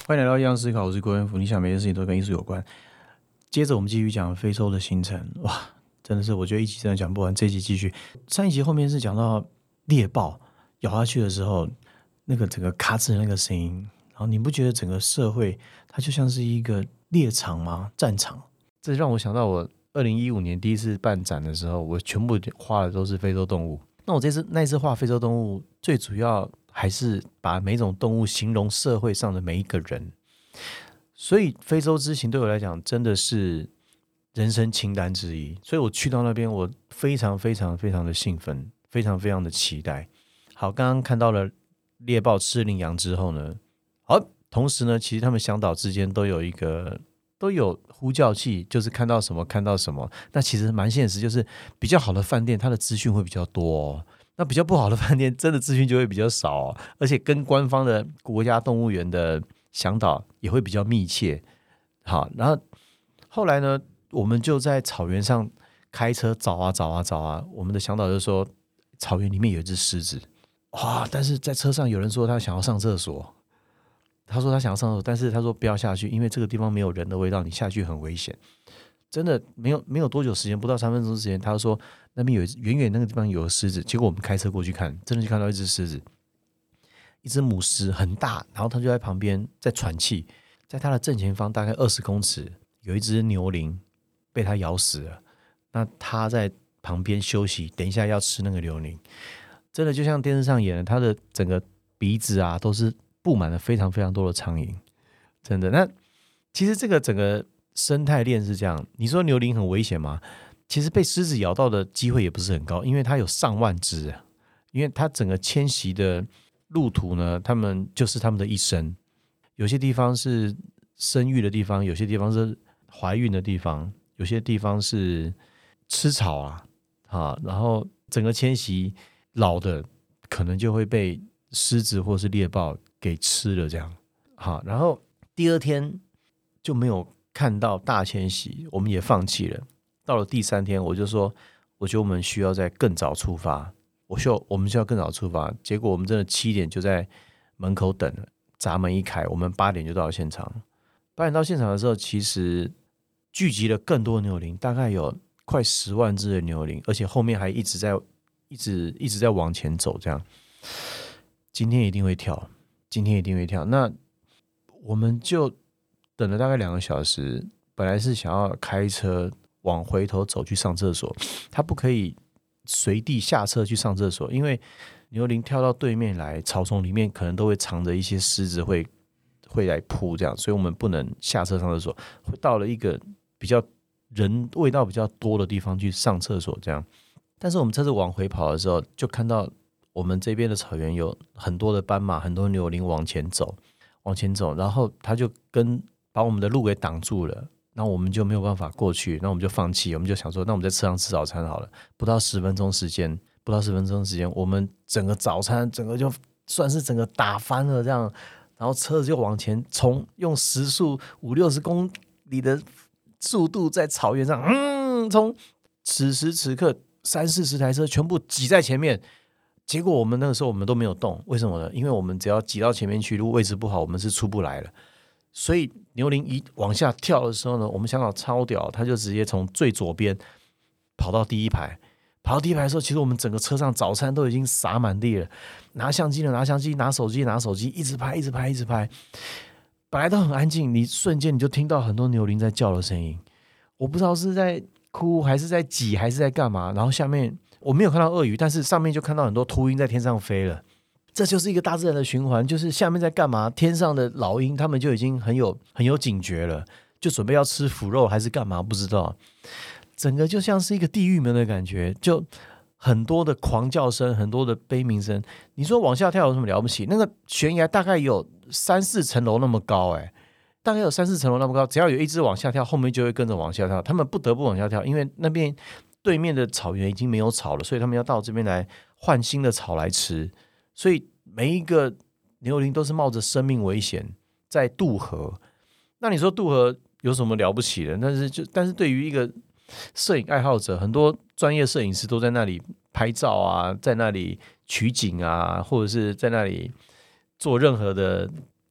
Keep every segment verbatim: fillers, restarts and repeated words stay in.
欢迎来到一样思考，我是郭元福。你想每件事情都跟艺术有关。接着我们继续讲非洲的行程。哇，真的是我觉得一集真的讲不完，这一集继续。上一集后面是讲到猎豹咬下去的时候，那个整个咔吱的那个声音，然后你不觉得整个社会它就像是一个猎场吗？战场。这让我想到我二零一五年第一次办展的时候，我全部画的都是非洲动物。那我这次那一次画非洲动物，最主要还是把每种动物形容社会上的每一个人。所以非洲之行对我来讲真的是人生清单之一，所以我去到那边我非常非常非常的兴奋，非常非常的期待。好，刚刚看到了猎豹吃羚羊之后呢，好，同时呢其实他们向导之间都有一个都有呼叫器，就是看到什么看到什么。那其实蛮现实，就是比较好的饭店它的资讯会比较多哦，那比较不好的饭店真的资讯就会比较少哦，而且跟官方的国家动物园的向导也会比较密切。好，然后后来呢我们就在草原上开车找啊找啊找啊，我们的向导就说草原里面有一只狮子。哇！但是在车上有人说他想要上厕所，他说他想要上厕所，但是他说不要下去，因为这个地方没有人的味道，你下去很危险。真的没有没有多久时间，不到三分钟时间，他说那边有远远那个地方有狮子。结果我们开车过去看，真的就看到一只狮子，一只母狮很大，然后他就在旁边在喘气。在他的正前方大概二十公尺有一只牛羚被他咬死了，那他在旁边休息，等一下要吃那个牛羚。真的就像电视上演的，他的整个鼻子啊都是布满了非常非常多的苍蝇。真的，那其实这个整个生态链是这样，你说牛羚很危险吗？其实被狮子咬到的机会也不是很高，因为它有上万只，因为它整个迁徙的路途呢，他们就是他们的一生。有些地方是生育的地方，有些地方是怀孕的地方，有些地方是吃草啊，啊然后整个迁徙老的可能就会被狮子或是猎豹给吃了这样。好，然后第二天就没有看到大迁徙，我们也放弃了。到了第三天我就说我觉得我们需要再更早出发，我说我们需要更早出发。结果我们真的七点就在门口等了，闸门一开我们八点就到了现场。八点到现场的时候其实聚集了更多的牛羚，大概有快十万只的牛羚，而且后面还一直在一直一直在往前走这样。今天一定会跳，今天一定会跳。那我们就等了大概两个小时，本来是想要开车往回头走去上厕所，他不可以随地下车去上厕所，因为牛羚跳到对面来，草丛里面可能都会藏着一些狮子会会来扑这样，所以我们不能下车上厕所，会到了一个比较人味道比较多的地方去上厕所这样。但是我们车子往回跑的时候，就看到我们这边的草原有很多的斑马，很多牛羚往前走往前走，然后他就跟把我们的路给挡住了，那我们就没有办法过去，那我们就放弃，我们就想说那我们在车上吃早餐好了。不到十分钟时间不到十分钟时间我们整个早餐整个就算是整个打翻了这样，然后车子就往前冲，用时速五六十公里的速度在草原上嗯冲。此时此刻三四十台车全部挤在前面，结果我们那个时候我们都没有动，为什么呢？因为我们只要挤到前面去，如果位置不好我们是出不来了。所以牛羚一往下跳的时候呢，我们向导超屌，他就直接从最左边跑到第一排。跑到第一排的时候，其实我们整个车上早餐都已经洒满地了，拿相机的拿相机，拿手机拿手机，一直拍一直拍一直拍。本来都很安静，你瞬间你就听到很多牛羚在叫的声音，我不知道是在哭还是在挤还是在干嘛。然后下面我没有看到鳄鱼，但是上面就看到很多秃鹰在天上飞了。这就是一个大自然的循环，就是下面在干嘛，天上的老鹰他们就已经很有很有警觉了，就准备要吃腐肉还是干嘛不知道。整个就像是一个地狱门的感觉，就很多的狂叫声，很多的悲鸣声。你说往下跳有什么了不起？那个悬崖大概有三四层楼那么高，哎，大概有三四层楼那么高，只要有一只往下跳，后面就会跟着往下跳，他们不得不往下跳，因为那边对面的草原已经没有草了，所以他们要到这边来换新的草来吃。所以每一个牛羚都是冒着生命危险在渡河。那你说渡河有什么了不起的？但是就但是对于一个摄影爱好者，很多专业摄影师都在那里拍照啊，在那里取景啊，或者是在那里做任何的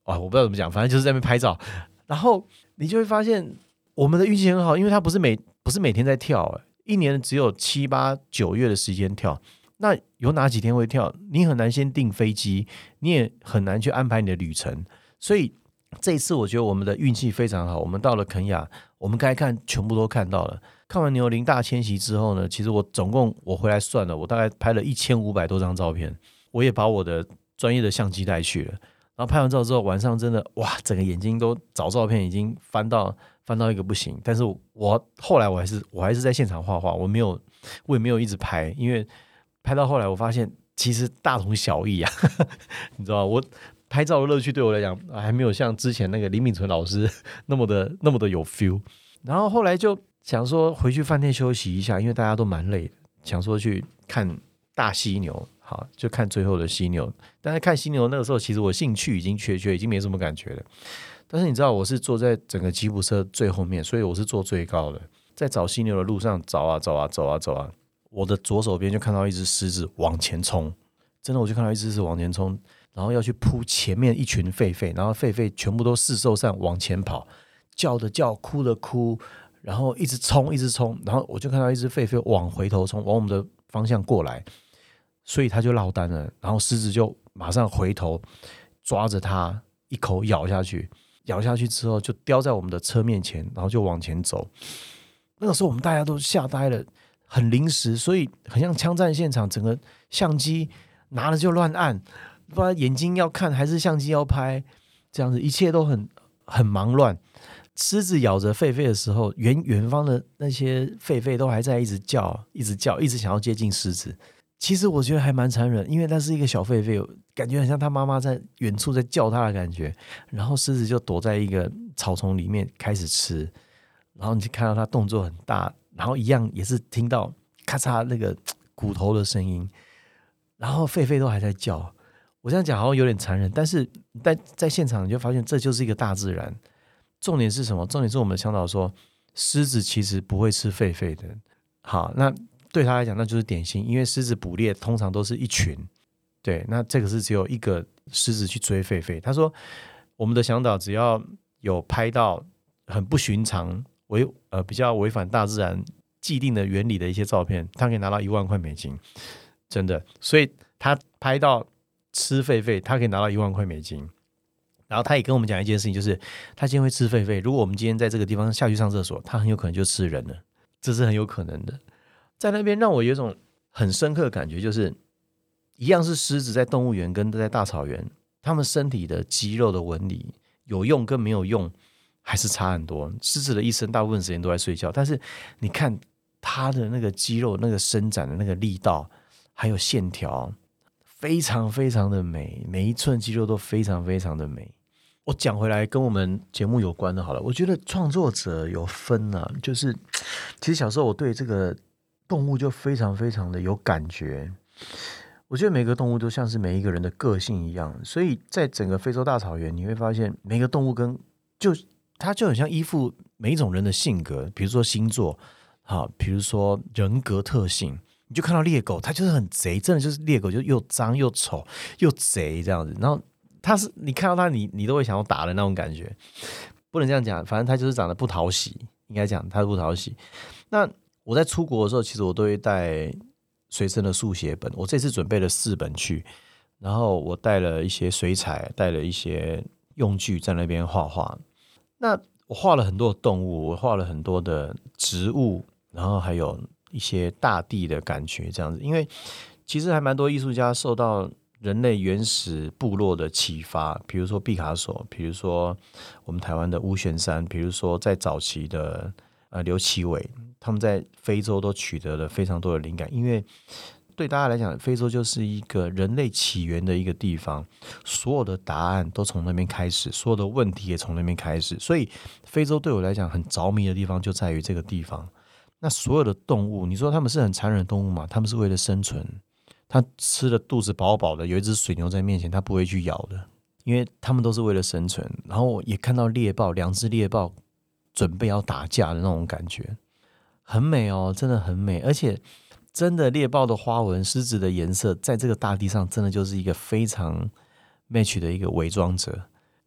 啊，我不知道怎么讲，反正就是在那边拍照。然后你就会发现我们的运气很好，因为它不是每不是每天在跳，一年只有七八九月的时间跳。那有哪几天会跳？你很难先订飞机，你也很难去安排你的旅程。所以这一次我觉得我们的运气非常好，我们到了肯亚，我们该看全部都看到了。看完牛羚大迁徙之后呢，其实我总共我回来算了，我大概拍了一千五百多张照片，我也把我的专业的相机带去了。然后拍完照之后，晚上真的哇，整个眼睛都找照片已经翻到翻到一个不行。但是我后来我还是我还是在现场画画，我没有我也没有一直拍，因为拍到后来我发现其实大同小异啊，你知道吗？我拍照的乐趣对我来讲还没有像之前那个林秉存老师那么的那么的有 feel。然后后来就想说回去饭店休息一下，因为大家都蛮累的，想说去看大犀牛。好，就看最后的犀牛。但是看犀牛那个时候，其实我兴趣已经缺缺，已经没什么感觉了。但是你知道，我是坐在整个吉普车最后面，所以我是坐最高的。在找犀牛的路上找啊找啊走啊走啊，我的左手边就看到一只狮子往前冲，真的我就看到一只狮子往前冲，然后要去扑前面一群狒狒，然后狒狒全部都四兽上往前跑，叫的叫，哭的哭，然后一直冲一直冲，然后我就看到一只狒狒往回头冲，往我们的方向过来。所以他就落单了，然后狮子就马上回头抓着他一口咬下去，咬下去之后就叼在我们的车面前，然后就往前走。那个时候我们大家都吓呆了，很临时，所以很像枪战现场，整个相机拿了就乱按，不知道眼睛要看还是相机要拍，这样子一切都很很忙乱。狮子咬着狒狒的时候，远远方的那些狒狒都还在一直叫一直叫，一直想要接近狮子。其实我觉得还蛮残忍，因为那是一个小狒狒，感觉很像他妈妈在远处在叫他的感觉。然后狮子就躲在一个草丛里面开始吃，然后你就看到他动作很大，然后一样也是听到咔嚓那个骨头的声音，然后狒狒都还在叫。我这样讲好像有点残忍，但是在在现场你就发现这就是一个大自然。重点是什么？重点是我们的向导说，狮子其实不会吃狒狒的。好，那对他来讲那就是典型，因为狮子捕猎通常都是一群，对，那这个是只有一个狮子去追狒狒。他说我们的向导只要有拍到很不寻常违呃比较违反大自然既定的原理的一些照片，他可以拿到一万块美金，真的。所以他拍到吃狒狒，他可以拿到一万块美金。然后他也跟我们讲一件事情，就是他今天会吃狒狒，如果我们今天在这个地方下去上厕所，他很有可能就吃人了，这是很有可能的。在那边让我有一种很深刻的感觉，就是一样是狮子在动物园跟在大草原，他们身体的肌肉的纹理有用跟没有用还是差很多。狮子的一生大部分时间都在睡觉，但是你看它的那个肌肉那个伸展的那个力道还有线条非常非常的美，每一寸肌肉都非常非常的美。我讲回来跟我们节目有关的好了，我觉得创作者有分啊，就是其实小时候我对这个动物就非常非常的有感觉，我觉得每个动物都像是每一个人的个性一样，所以在整个非洲大草原你会发现每个动物跟就它就很像依附每一种人的性格，比如说星座，好，比如说人格特性。你就看到猎狗，它就是很贼，真的就是猎狗，就又脏又丑又贼这样子。然后它是你看到它，你你都会想要打的那种感觉，不能这样讲，反正它就是长得不讨喜，应该讲它不讨喜。那我在出国的时候，其实我都会带随身的速写本，我这次准备了四本去，然后我带了一些水彩，带了一些用具在那边画画。那我画了很多的动物，我画了很多的植物，然后还有一些大地的感觉这样子。因为其实还蛮多艺术家受到人类原始部落的启发，比如说毕卡索，比如说我们台湾的巫玄山，比如说在早期的呃刘奇伟，他们在非洲都取得了非常多的灵感。因为对大家来讲，非洲就是一个人类起源的一个地方，所有的答案都从那边开始，所有的问题也从那边开始，所以非洲对我来讲很着迷的地方就在于这个地方。那所有的动物，你说他们是很残忍的动物吗？他们是为了生存，他吃的肚子饱饱的，有一只水牛在面前，他不会去咬的，因为他们都是为了生存。然后也看到猎豹，两只猎豹准备要打架的那种感觉，很美哦，真的很美。而且真的猎豹的花纹，狮子的颜色，在这个大地上真的就是一个非常 match 的一个伪装者。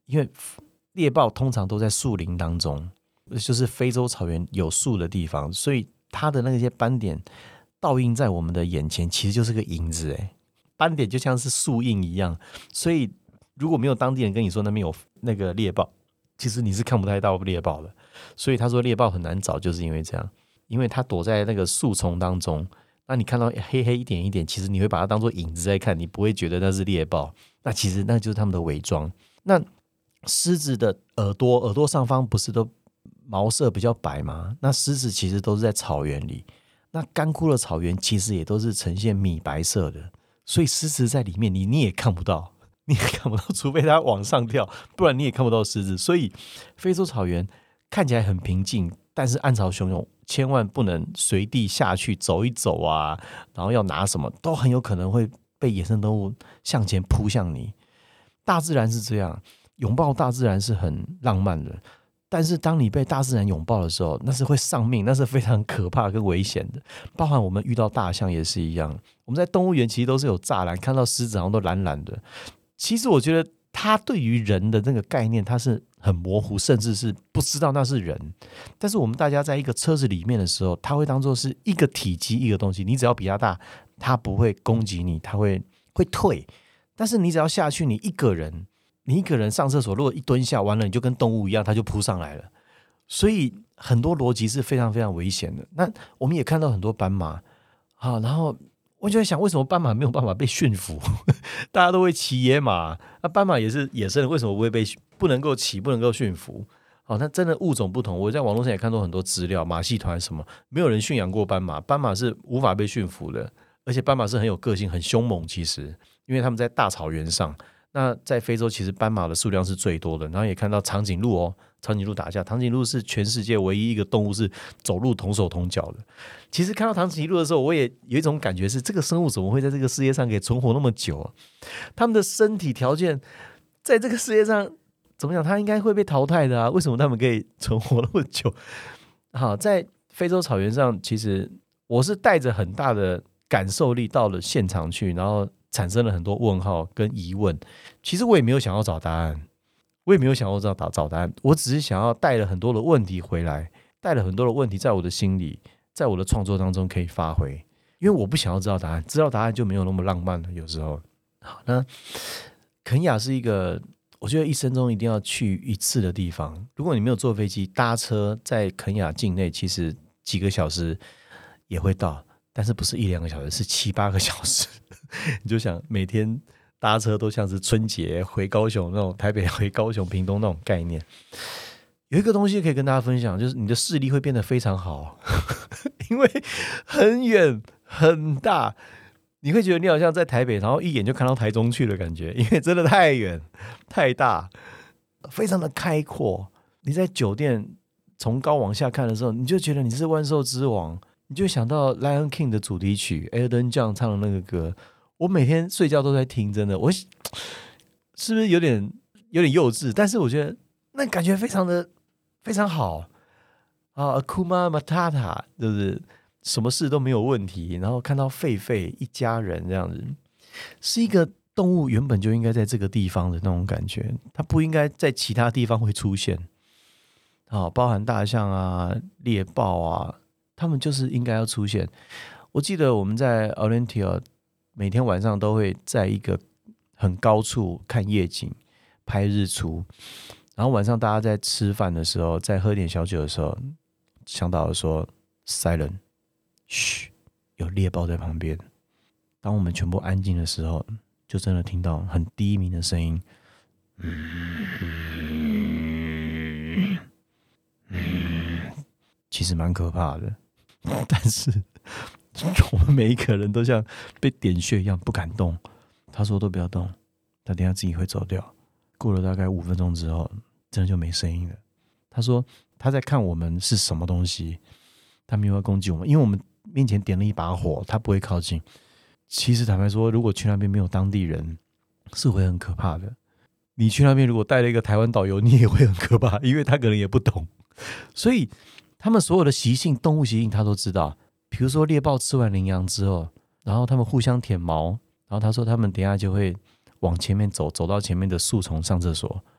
因为猎豹通常都在树林当中，就是非洲草原有树的地方，所以它的那些斑点倒映在我们的眼前，其实就是个影子哎，斑点就像是树印一样，所以如果没有当地人跟你说那边有那个猎豹，其实你是看不太到猎豹的。所以他说猎豹很难找，就是因为这样，因为它躲在那个树丛当中，那你看到黑黑一点一点，其实你会把它当作影子在看，你不会觉得那是猎豹，那其实那就是他们的伪装。那狮子的耳朵耳朵上方不是都毛色比较白吗？那狮子其实都是在草原里，那干枯的草原其实也都是呈现米白色的，所以狮子在里面你你也看不到，你也看不到，除非它往上跳，不然你也看不到狮子。所以非洲草原看起来很平静，但是暗潮汹涌，千万不能随地下去走一走啊，然后要拿什么都很有可能会被野生动物向前扑向你。大自然是这样，拥抱大自然是很浪漫的，但是当你被大自然拥抱的时候，那是会丧命，那是非常可怕跟危险的。包含我们遇到大象也是一样，我们在动物园其实都是有栅栏，看到狮子好像都蓝蓝的，其实我觉得它对于人的那个概念它是很模糊，甚至是不知道那是人。但是我们大家在一个车子里面的时候，它会当作是一个体积一个东西，你只要比它大，它不会攻击你，它会会退。但是你只要下去，你一个人你一个人上厕所，如果一蹲下完了，你就跟动物一样，它就扑上来了。所以很多逻辑是非常非常危险的。那我们也看到很多斑马，好，然后我就在想，为什么斑马没有办法被驯服？大家都会骑野马，那斑马也是野生的，为什么不会被不能够骑，不能够驯服？好，那真的物种不同。我在网络上也看到很多资料，马戏团什么，没有人驯养过斑马，斑马是无法被驯服的，而且斑马是很有个性、很凶猛。其实，因为他们在大草原上。那在非洲其实斑马的数量是最多的，然后也看到长颈鹿哦，长颈鹿打架，长颈鹿是全世界唯一一个动物是走路同手同脚的。其实看到长颈鹿的时候，我也有一种感觉是，这个生物怎么会在这个世界上可以存活那么久啊？他们的身体条件在这个世界上怎么讲？他应该会被淘汰的啊？为什么他们可以存活那么久？好，在非洲草原上，其实我是带着很大的感受力到了现场去，然后产生了很多问号跟疑问。其实我也没有想要找答案，我也没有想要找找答案，我只是想要带了很多的问题回来，带了很多的问题在我的心里，在我的创作当中可以发挥。因为我不想要知道答案，知道答案就没有那么浪漫了。有时候，好，那肯亚是一个我觉得一生中一定要去一次的地方。如果你没有坐飞机，搭车在肯亚境内，其实几个小时也会到。但是不是一两个小时，是七八个小时。你就想每天搭车都像是春节回高雄那种，台北回高雄、屏东那种概念。有一个东西可以跟大家分享，就是你的视力会变得非常好，因为很远很大，你会觉得你好像在台北，然后一眼就看到台中去的感觉，因为真的太远太大，非常的开阔。你在酒店从高往下看的时候，你就觉得你是万兽之王。你就想到 Lion King 的主题曲 Elton John 唱的那个歌，我每天睡觉都在听，真的，我是不是有点有点幼稚？但是我觉得那感觉非常的非常好啊 ，Hakuna Matata， 对不对？什么事都没有问题，然后看到狒狒一家人这样子，是一个动物原本就应该在这个地方的那种感觉，它不应该在其他地方会出现。啊，包含大象啊、猎豹啊。他们就是应该要出现。我记得我们在 Olentia 每天晚上都会在一个很高处看夜景、拍日出，然后晚上大家在吃饭的时候，在喝点小酒的时候，向导说 silent， 嘘，有猎豹在旁边。当我们全部安静的时候，就真的听到很低鸣的声音，嗯嗯，其实蛮可怕的。但是我们每一个人都像被点穴一样不敢动。他说都不要动，他等一下自己会走掉。过了大概五分钟之后，真的就没声音了。他说他在看我们是什么东西，他没有要攻击我们，因为我们面前点了一把火，他不会靠近。其实坦白说，如果去那边没有当地人，是会很可怕的。你去那边如果带了一个台湾导游，你也会很可怕，因为他可能也不懂。所以他们所有的习性，动物习性他都知道。比如说猎豹吃完羚羊之后，然后他们互相舔毛，然后他说他们等一下就会往前面走，走到前面的树丛上厕所。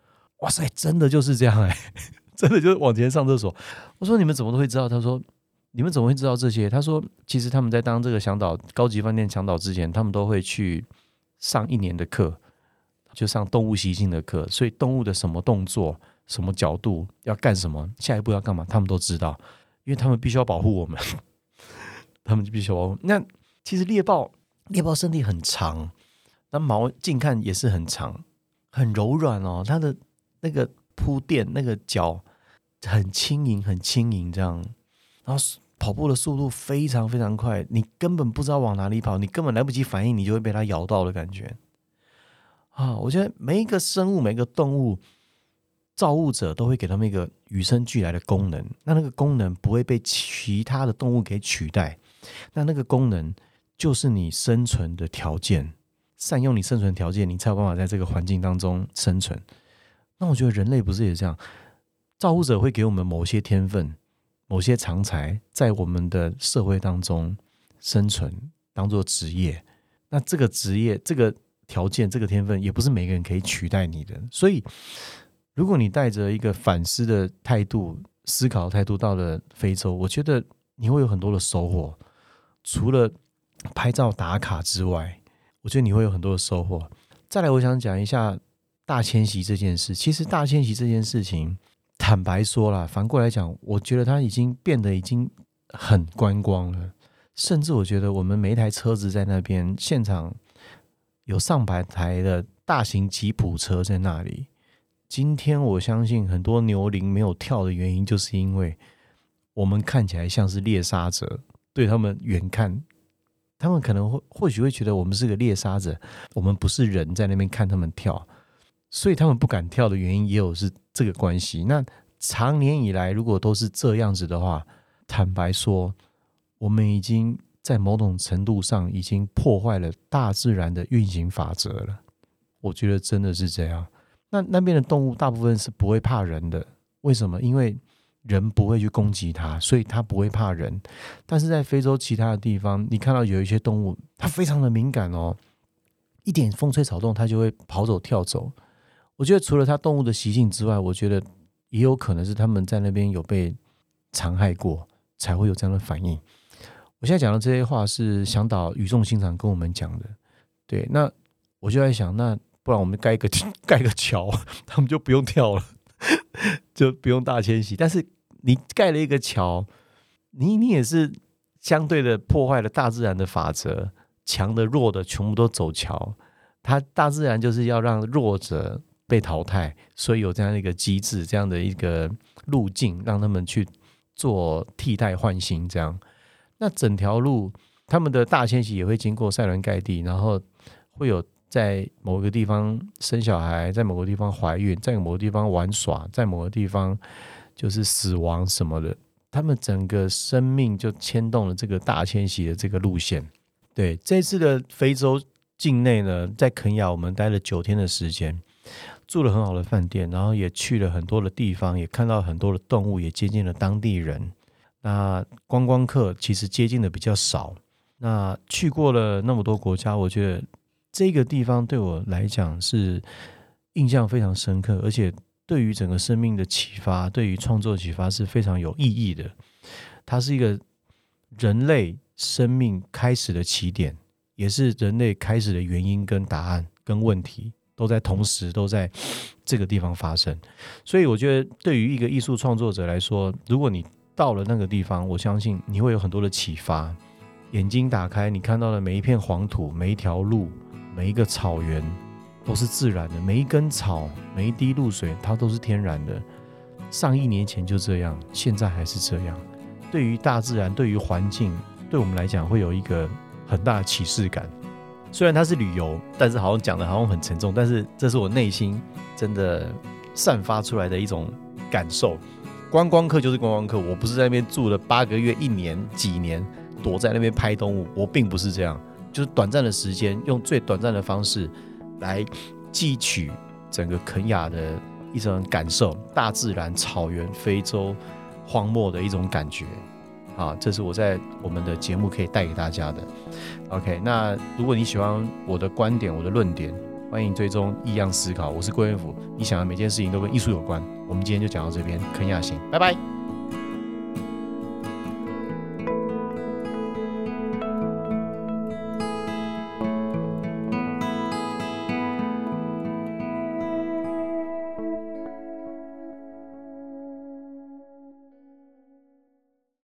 哇塞，真的就是这样哎、欸，真的就是往前上厕所。我说你们怎么都会知道？他说你们怎么会知道这些？他说其实他们在当这个向导高级饭店向导之前，他们都会去上一年的课，就上动物习性的课，所以动物的什么动作、什么角度要干什么，下一步要干嘛，他们都知道，因为他们必须要保护我们，他们就必须要保护。那其实猎豹，猎豹身体很长，那毛近看也是很长，很柔软哦，它的那个铺垫，那个脚很轻盈，很轻盈这样，然后跑步的速度非常非常快，你根本不知道往哪里跑，你根本来不及反应，你就会被它咬到的感觉啊！我觉得每一个生物，每一个动物，造物者都会给他们一个与生俱来的功能，那那个功能不会被其他的动物给取代，那那个功能就是你生存的条件，善用你生存条件，你才有办法在这个环境当中生存。那我觉得人类不是也这样，造物者会给我们某些天分、某些长才，在我们的社会当中生存，当做职业。那这个职业、这个条件、这个天分，也不是每个人可以取代你的。所以，如果你带着一个反思的态度、思考的态度到了非洲，我觉得你会有很多的收获。除了拍照打卡之外，我觉得你会有很多的收获。再来，我想讲一下大迁徙这件事。其实大迁徙这件事情，坦白说啦，反过来讲，我觉得它已经变得已经很观光了。甚至我觉得我们每一台车子在那边现场有上百台的大型吉普车在那里。今天我相信很多牛羚没有跳的原因，就是因为我们看起来像是猎杀者，对他们远看，他们可能会或许会觉得我们是个猎杀者，我们不是人在那边看他们跳，所以他们不敢跳的原因也有是这个关系。那长年以来如果都是这样子的话，坦白说，我们已经在某种程度上已经破坏了大自然的运行法则了。我觉得真的是这样。那那边的动物大部分是不会怕人的，为什么？因为人不会去攻击它，所以它不会怕人。但是在非洲其他的地方，你看到有一些动物，它非常的敏感哦，一点风吹草动，它就会跑走跳走。我觉得除了它动物的习性之外，我觉得也有可能是他们在那边有被残害过，才会有这样的反应。我现在讲的这些话是向导语重心长跟我们讲的，对。那我就在想，那不然我们盖一个盖个桥，他们就不用跳了，就不用大迁徙。但是你盖了一个桥，你你也是相对的破坏了大自然的法则，强的弱的全部都走桥。它大自然就是要让弱者被淘汰，所以有这样的一个机制，这样的一个路径，让他们去做替代换新这样。那整条路他们的大迁徙也会经过塞伦盖蒂，然后会有在某个地方生小孩，在某个地方怀孕，在某个地方玩耍，在某个地方就是死亡什么的，他们整个生命就牵动了这个大迁徙的这个路线。对，这次的非洲境内呢，在肯亚我们待了九天的时间，住了很好的饭店，然后也去了很多的地方，也看到很多的动物，也接近了当地人。那观光客其实接近的比较少。那去过了那么多国家，我觉得这个地方对我来讲是印象非常深刻，而且对于整个生命的启发，对于创作启发是非常有意义的。它是一个人类生命开始的起点，也是人类开始的原因跟答案跟问题都在同时都在这个地方发生。所以我觉得对于一个艺术创作者来说，如果你到了那个地方，我相信你会有很多的启发。眼睛打开，你看到的每一片黄土，每一条路，每一个草原都是自然的，每一根草，每一滴露水，它都是天然的。上亿年前就这样，现在还是这样。对于大自然，对于环境，对我们来讲会有一个很大的启示感。虽然它是旅游，但是好像讲的好像很沉重，但是这是我内心真的散发出来的一种感受。观光客就是观光客，我不是在那边住了八个月、一年、几年，躲在那边拍动物，我并不是这样，就是短暂的时间，用最短暂的方式来汲取整个肯亚的一种感受，大自然、草原、非洲荒漠的一种感觉。啊，这是我在我们的节目可以带给大家的。OK， 那如果你喜欢我的观点、我的论点， 欢迎追踪异样思考，我是桂元甫，你想的每件事情都跟艺术有关。我们今天就讲到这边，坑亚行，拜拜。